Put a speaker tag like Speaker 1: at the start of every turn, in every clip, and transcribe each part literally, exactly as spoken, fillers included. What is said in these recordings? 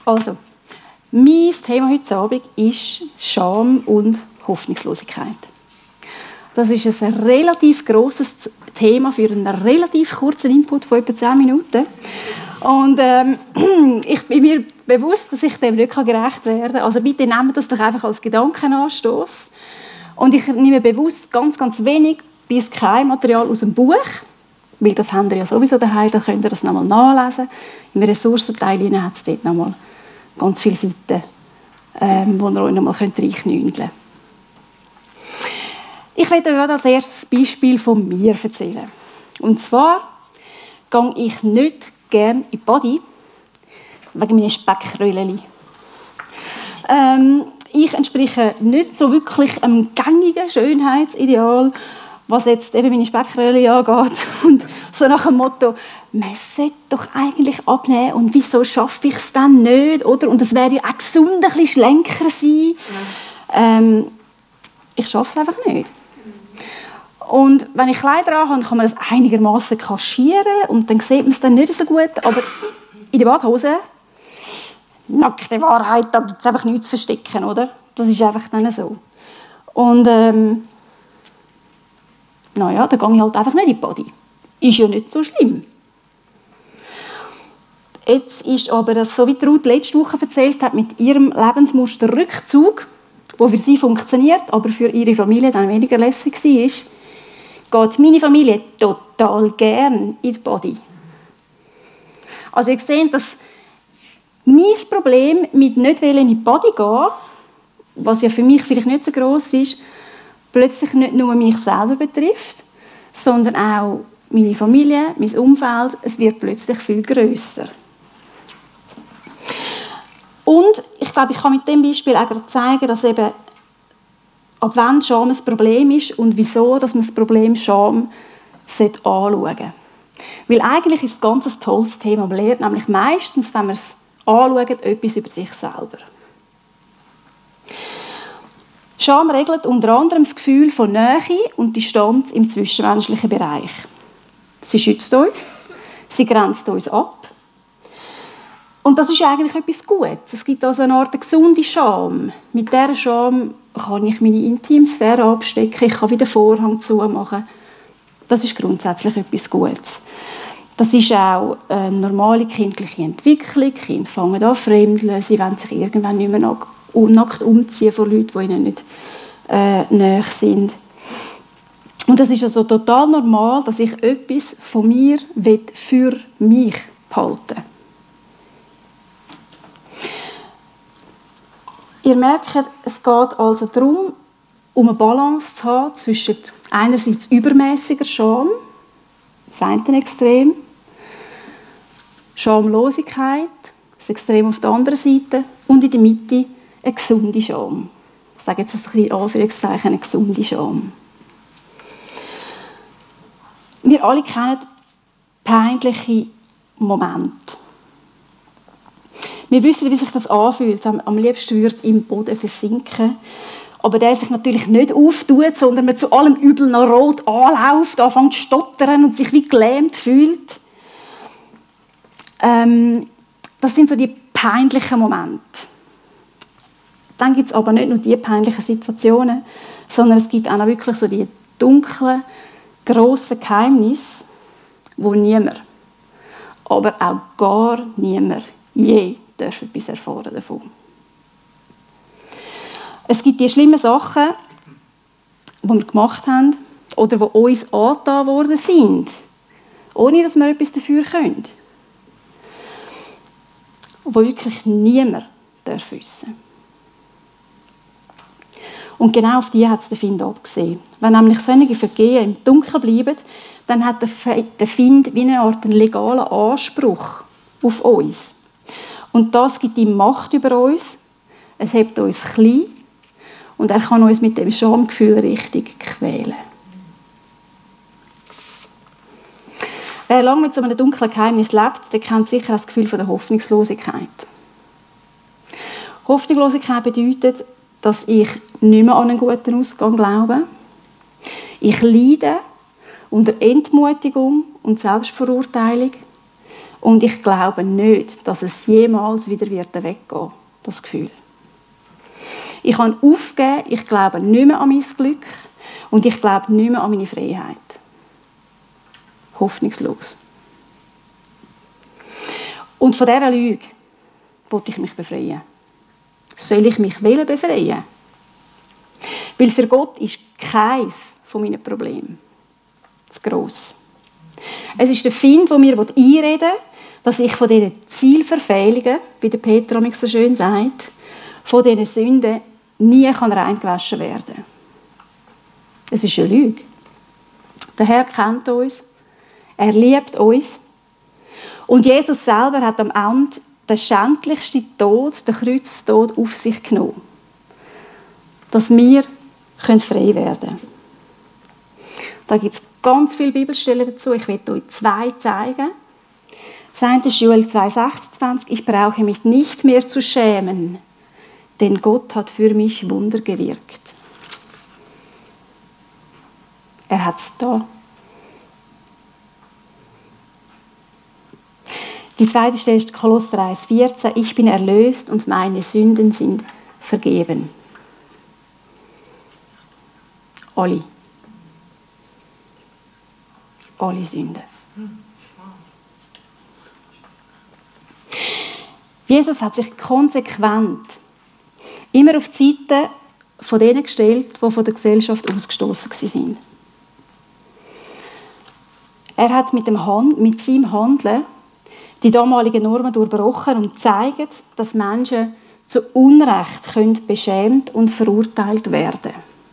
Speaker 1: Also, mein Thema heute Abend ist Scham und Hoffnungslosigkeit. Das ist ein relativ grosses Thema für einen relativ kurzen Input von etwa zehn Minuten. Und ähm, ich bin mir bewusst, dass ich dem nicht gerecht werden kann. Also bitte nehmt das doch einfach als Gedankenanstoß. Und ich nehme bewusst ganz, ganz wenig bis kein Material aus dem Buch, weil das habt ihr ja sowieso daheim, da könnt ihr das nochmal nachlesen. Im Ressourcenteil hat es dort nochmal ganz viele Seiten, ähm, wo ihr euch nochmal reinknündeln könnt. Ich werde euch gerade als erstes Beispiel von mir erzählen. Und zwar gehe ich nicht gerne in die Body wegen meiner Speckröllchen. Ähm, ich entspreche nicht so wirklich einem gängigen Schönheitsideal, was jetzt eben meine Speckröllchen angeht. Und so nach dem Motto, man sollte doch eigentlich abnehmen und wieso schaffe ich es dann nicht? Oder? Und es wäre ja auch gesund, ein bisschen schlanker sein. Ähm, ich schaffe es einfach nicht. Und wenn ich Kleider anhabe, kann man das einigermaßen kaschieren und dann sieht man es dann nicht so gut. Aber in der Badhose, nackte Wahrheit, da gibt es einfach nichts zu verstecken, oder? Das ist einfach dann so. Und ähm, naja, dann gehe ich halt einfach nicht in die Body. Ist ja nicht so schlimm. Jetzt ist aber das, so wie Ruth letzte Woche erzählt hat, mit ihrem Lebensmuster Rückzug, der für sie funktioniert, aber für ihre Familie dann weniger lässig war, geht meine Familie total gern in die Body. Also ihr seht, dass mein Problem mit nicht in die Body gehen, was ja für mich vielleicht nicht so gross ist, plötzlich nicht nur mich selber betrifft, sondern auch meine Familie, mein Umfeld. Es wird plötzlich viel grösser. Und ich glaube, ich kann mit diesem Beispiel auch gerade zeigen, dass eben ab wann Scham ein Problem ist und wieso dass man das Problem Scham anschauen sollte. Weil eigentlich ist es ein ganz tolles Thema. Man lernt nämlich meistens, wenn man es anschaut, etwas über sich selber. Scham regelt unter anderem das Gefühl von Nähe und Distanz im zwischenmenschlichen Bereich. Sie schützt uns, sie grenzt uns ab. Und das ist eigentlich etwas Gutes. Es gibt also eine Art gesunde Scham. Mit dieser Scham kann ich meine Intimsphäre abstecken, ich kann wieder den Vorhang zumachen. Das ist grundsätzlich etwas Gutes. Das ist auch eine normale kindliche Entwicklung. Die Kinder fangen an zu fremdeln, sie wollen sich irgendwann nicht mehr nackt umziehen von Leuten, die ihnen nicht äh, nahe sind. Und das ist also total normal, dass ich etwas von mir für mich behalten will. Ihr merkt, es geht also darum, um eine Balance zu haben zwischen einerseits übermäßiger Scham, das eine Extrem, Schamlosigkeit, das Extrem auf der anderen Seite, und in der Mitte eine gesunde Scham. Ich sage jetzt ein bisschen Anführungszeichen, eine gesunde Scham. Wir alle kennen peinliche Momente. Wir wissen, wie sich das anfühlt, wenn man am liebsten würde im Boden versinken. Aber der sich natürlich nicht auftut, sondern man zu allem Übel noch rot anläuft, anfängt zu stottern und sich wie gelähmt fühlt. Ähm, das sind so die peinlichen Momente. Dann gibt es aber nicht nur die peinlichen Situationen, sondern es gibt auch noch wirklich so die dunklen, grossen Geheimnisse, wo niemand, aber auch gar niemand je darf etwas erfahren davon. Es gibt die schlimmen Sachen, die wir gemacht haben oder die uns angetan worden sind, ohne dass wir etwas dafür können. Wo wirklich niemand darf wissen. Und genau auf die hat es der Find abgesehen. Wenn nämlich solche Vergehen im Dunkeln bleiben, dann hat der Find wie eine Art legalen Anspruch auf uns. Und das gibt ihm Macht über uns, es hebt uns klein und er kann uns mit dem Schamgefühl richtig quälen. Wer lange mit so einem dunklen Geheimnis lebt, der kennt sicher das Gefühl von der Hoffnungslosigkeit. Hoffnungslosigkeit bedeutet, dass ich nicht mehr an einen guten Ausgang glaube. Ich leide unter Entmutigung und Selbstverurteilung. Und ich glaube nicht, dass es jemals wieder weggehen wird, das Gefühl. Ich kann aufgeben, ich glaube nicht mehr an mein Glück und ich glaube nicht mehr an meine Freiheit. Hoffnungslos. Und von dieser Lüge wollte ich mich befreien. Soll ich mich befreien? Weil für Gott ist keins von meinen Problemen zu gross. Es ist der Feind, der mir einreden will, dass ich von diesen Zielverfehlungen, wie der Peter so schön sagt, von diesen Sünden nie reingewaschen werden kann. Es ist eine Lüge. Der Herr kennt uns, er liebt uns und Jesus selber hat am Ende den schändlichsten Tod, den Kreuztod, auf sich genommen, dass wir frei werden können. Da gibt es ganz viele Bibelstellen dazu. Ich werde euch zwei zeigen. Das eine ist Joel zwei sechsundzwanzig. Ich brauche mich nicht mehr zu schämen, denn Gott hat für mich Wunder gewirkt. Er hat es da. Die zweite Stelle ist Kolosser eins vierzehn. Ich bin erlöst und meine Sünden sind vergeben. Alle. Alle Sünden. Jesus hat sich konsequent immer auf die Seite von denen gestellt, die von der Gesellschaft ausgestoßen waren. Er hat mit, dem Hand, mit seinem Handeln die damaligen Normen durchbrochen und zeigt, dass Menschen zu Unrecht können beschämt und verurteilt werden.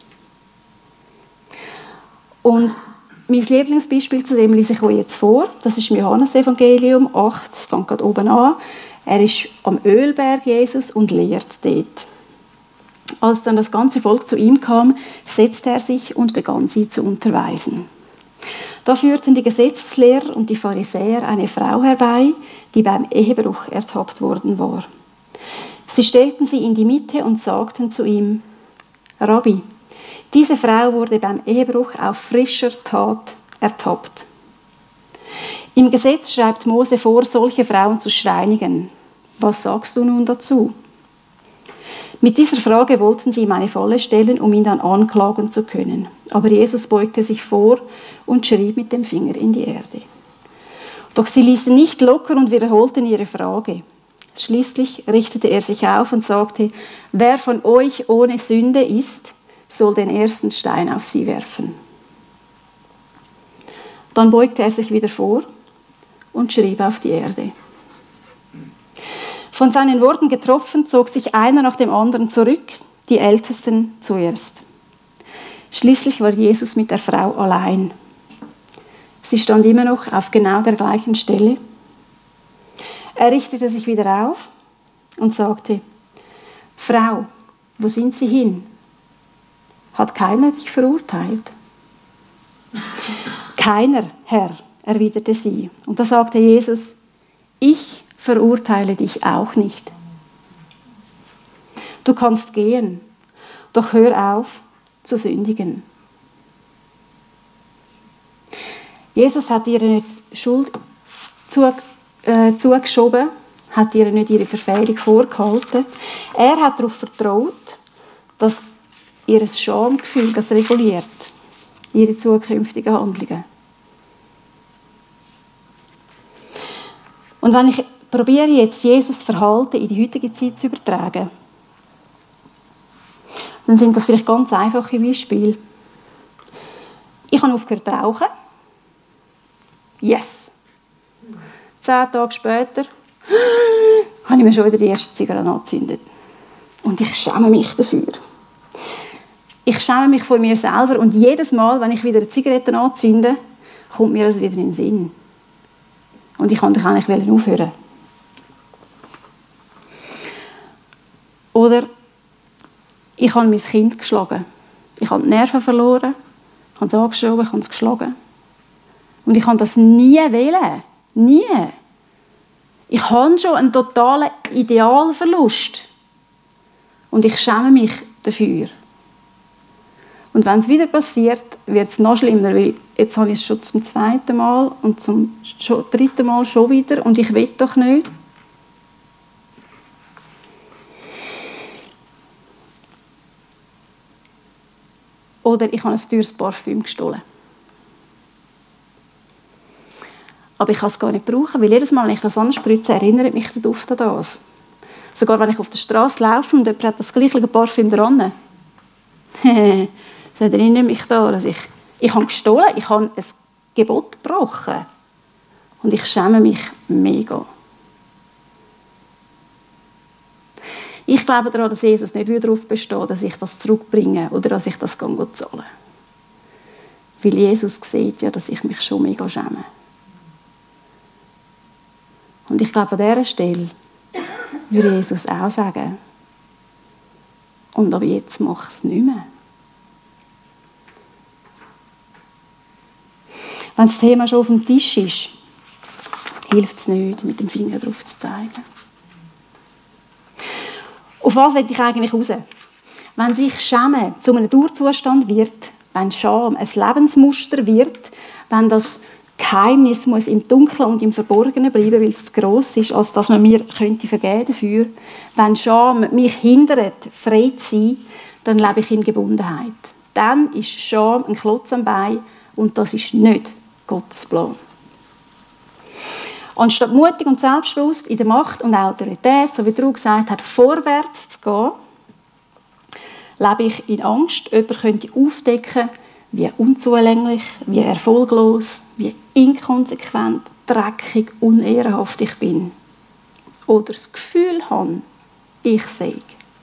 Speaker 1: Und mein Lieblingsbeispiel zu dem lese ich euch jetzt vor. Das ist im Johannesevangelium acht, das fängt gerade oben an. Er ist am Ölberg Jesus und lehrt dort. Als dann das ganze Volk zu ihm kam, setzte er sich und begann sie zu unterweisen. Da führten die Gesetzeslehrer und die Pharisäer eine Frau herbei, die beim Ehebruch ertappt worden war. Sie stellten sie in die Mitte und sagten zu ihm: Rabbi, diese Frau wurde beim Ehebruch auf frischer Tat ertappt. Im Gesetz schreibt Mose vor, solche Frauen zu steinigen. Was sagst du nun dazu? Mit dieser Frage wollten sie ihm eine Falle stellen, um ihn dann anklagen zu können. Aber Jesus beugte sich vor und schrieb mit dem Finger in die Erde. Doch sie ließen nicht locker und wiederholten ihre Frage. Schließlich richtete er sich auf und sagte: Wer von euch ohne Sünde ist, soll den ersten Stein auf sie werfen. Dann beugte er sich wieder vor und schrieb auf die Erde. Von seinen Worten getroffen, zog sich einer nach dem anderen zurück, die Ältesten zuerst. Schließlich war Jesus mit der Frau allein. Sie stand immer noch auf genau der gleichen Stelle. Er richtete sich wieder auf und sagte: Frau, wo sind Sie hin? Hat keiner dich verurteilt? Keiner, Herr, erwiderte sie. Und da sagte Jesus: Ich verurteile dich auch nicht. Du kannst gehen, doch hör auf zu sündigen. Jesus hat ihr nicht Schuld zu, äh, zugeschoben, hat ihr nicht ihre Verfehlung vorgehalten. Er hat darauf vertraut, dass ihr Schamgefühl das reguliert, ihre zukünftigen Handlungen. Und wenn ich probiere jetzt Jesus Verhalten in die heutige Zeit zu übertragen, dann sind das vielleicht ganz einfache Beispiele. Ich habe aufgehört zu rauchen. Yes. Zehn Tage später habe ich mir schon wieder die erste Zigarette angezündet. Und ich schäme mich dafür. Ich schäme mich vor mir selber und jedes Mal, wenn ich wieder eine Zigarette anzünde, kommt mir das wieder in den Sinn. Und ich kann doch eigentlich aufhören. Oder ich habe mein Kind geschlagen. Ich habe die Nerven verloren, ich habe es angeschoben, ich habe es geschlagen. Und ich kann das nie wählen. Nie. Ich habe schon einen totalen Idealverlust. Und ich schäme mich dafür. Und wenn es wieder passiert, wird es noch schlimmer, weil jetzt habe ich es schon zum zweiten Mal und zum dritten Mal schon wieder und ich will doch nicht. Oder ich habe ein teures Parfüm gestohlen. Aber ich kann es gar nicht brauchen, weil jedes Mal, wenn ich das anspritze, erinnert mich der Duft an das. Sogar wenn ich auf der Straße laufe und jemand hat das gleiche Parfüm dran. Das erinnert mich daran, dass ich, ich habe gestohlen, ich habe ein Gebot gebrochen. Und ich schäme mich mega. Ich glaube daran, dass Jesus nicht darauf besteht, dass ich das zurückbringe oder dass ich das zahle. Weil Jesus sieht ja, dass ich mich schon mega schäme. Und ich glaube, an dieser Stelle würde Jesus auch sagen, und ab jetzt mach es nicht mehr. Wenn das Thema schon auf dem Tisch ist, hilft es nicht, mit dem Finger drauf zu zeigen. Auf was will ich eigentlich raus? Wenn sich Schämen zu einem Dauerzustand wird, wenn Scham ein Lebensmuster wird, wenn das Geheimnis muss im Dunkeln und im Verborgenen bleiben, weil es zu gross ist, als dass man mir könnte vergeben dafür. Wenn Scham mich hindert, frei zu sein, dann lebe ich in Gebundenheit. Dann ist Scham ein Klotz am Bein und das ist nicht Gottes Plan. Anstatt mutig und selbstbewusst in der Macht und Autorität, so wie Drew gesagt hat, vorwärts zu gehen, lebe ich in Angst, jemand könnte aufdecken, wie unzulänglich, wie erfolglos, wie inkonsequent, dreckig, unehrenhaft ich bin. Oder das Gefühl habe, ich sei.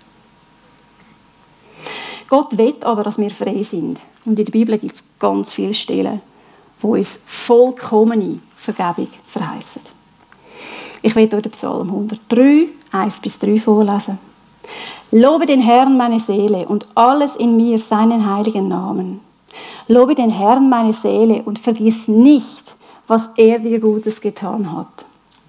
Speaker 1: Gott will aber, dass wir frei sind. Und in der Bibel gibt es ganz viele Stellen, wo uns vollkommene Vergebung verheißen. Ich werde euch den Psalm hundertdrei, eins bis drei vorlesen. Lobe den Herrn, meine Seele, und alles in mir seinen heiligen Namen. Lobe den Herrn, meine Seele, und vergiss nicht, was er dir Gutes getan hat.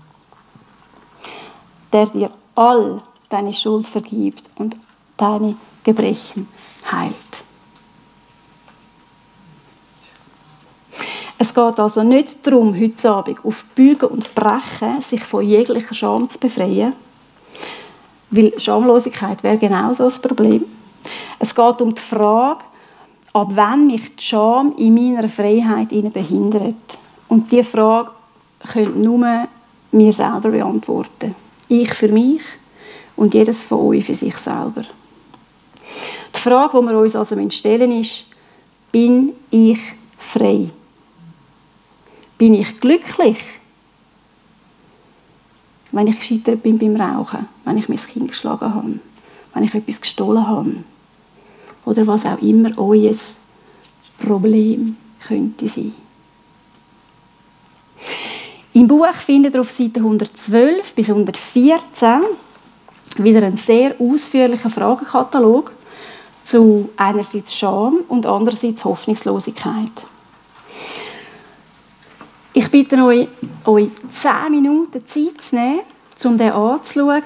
Speaker 1: Der dir all deine Schuld vergibt und deine Gebrechen heilt. Es geht also nicht darum, heute Abend auf Bügen und Brechen sich von jeglicher Scham zu befreien, weil Schamlosigkeit wäre genauso das Problem. Es geht um die Frage, ab wann mich die Scham in meiner Freiheit behindert. Und diese Frage könnt nur mir selber beantworten. Ich für mich und jedes von euch für sich selber. Die Frage, die wir uns also stellen müssen, ist, bin ich frei? Bin ich glücklich, wenn ich gescheitert bin beim Rauchen, wenn ich mein Kind geschlagen habe, wenn ich etwas gestohlen habe oder was auch immer euer Problem könnte sein? Im Buch findet ihr auf Seite hundertzwölf bis hundertvierzehn wieder einen sehr ausführlichen Fragenkatalog zu einerseits Scham und andererseits Hoffnungslosigkeit. Ich bitte euch, euch zehn Minuten Zeit zu nehmen, um den anzuschauen.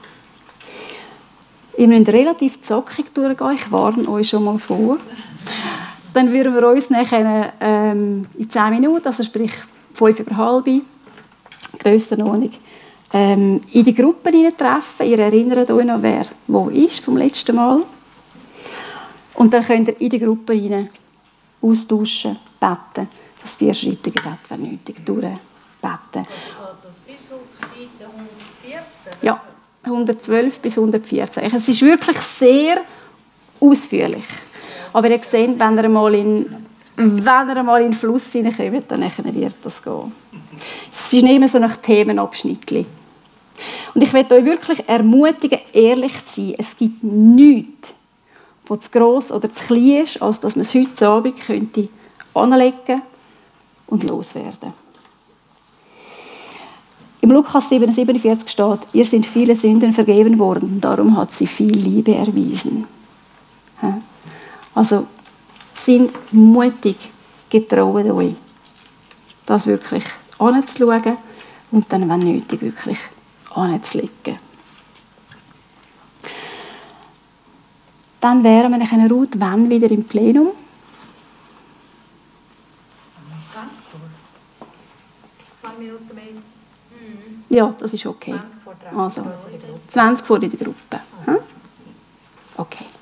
Speaker 1: Ihr müsst relativ zackig durchgehen, ich warne euch schon mal vor. Dann würden wir uns nachher, ähm, in zehn Minuten, also sprich fünf über halb, Grössenordnung, ähm, in die Gruppen treffen. Ihr erinnert euch noch, wer wo ist vom letzten Mal. Und dann könnt ihr in die Gruppe rein austauschen, beten. Das Vier-Schritte-Gebet, wenn nötig, durchbeten.
Speaker 2: Also geht das bis auf Seite hundertvierzehn?
Speaker 1: Ja, hundertzwölf bis hundertvierzehn. Es ist wirklich sehr ausführlich. Aber ihr seht, wenn ihr mal in, wenn ihr mal in den Fluss hineinkommt, dann wird das gehen. Es ist nicht mehr so nach Themenabschnittchen. Und ich möchte euch wirklich ermutigen, ehrlich zu sein. Es gibt nichts, was zu gross oder zu klein ist, als dass man es heute Abend könnte anlegen und loswerden. Im Lukas sieben siebenundvierzig steht, ihr sind viele Sünden vergeben worden, darum hat sie viel Liebe erwiesen. Also, sind mutig, getraut euch, das wirklich anzuschauen und dann, wenn nötig, wirklich anzulegen. Dann wären wir nachher, Ruth, wann wieder im Plenum?
Speaker 2: zwanzig vor. Zwei Minuten mehr.
Speaker 1: Ja, das ist okay.
Speaker 2: zwanzig vor drei.
Speaker 1: Also, zwanzig vor in der Gruppe. Hm? Okay.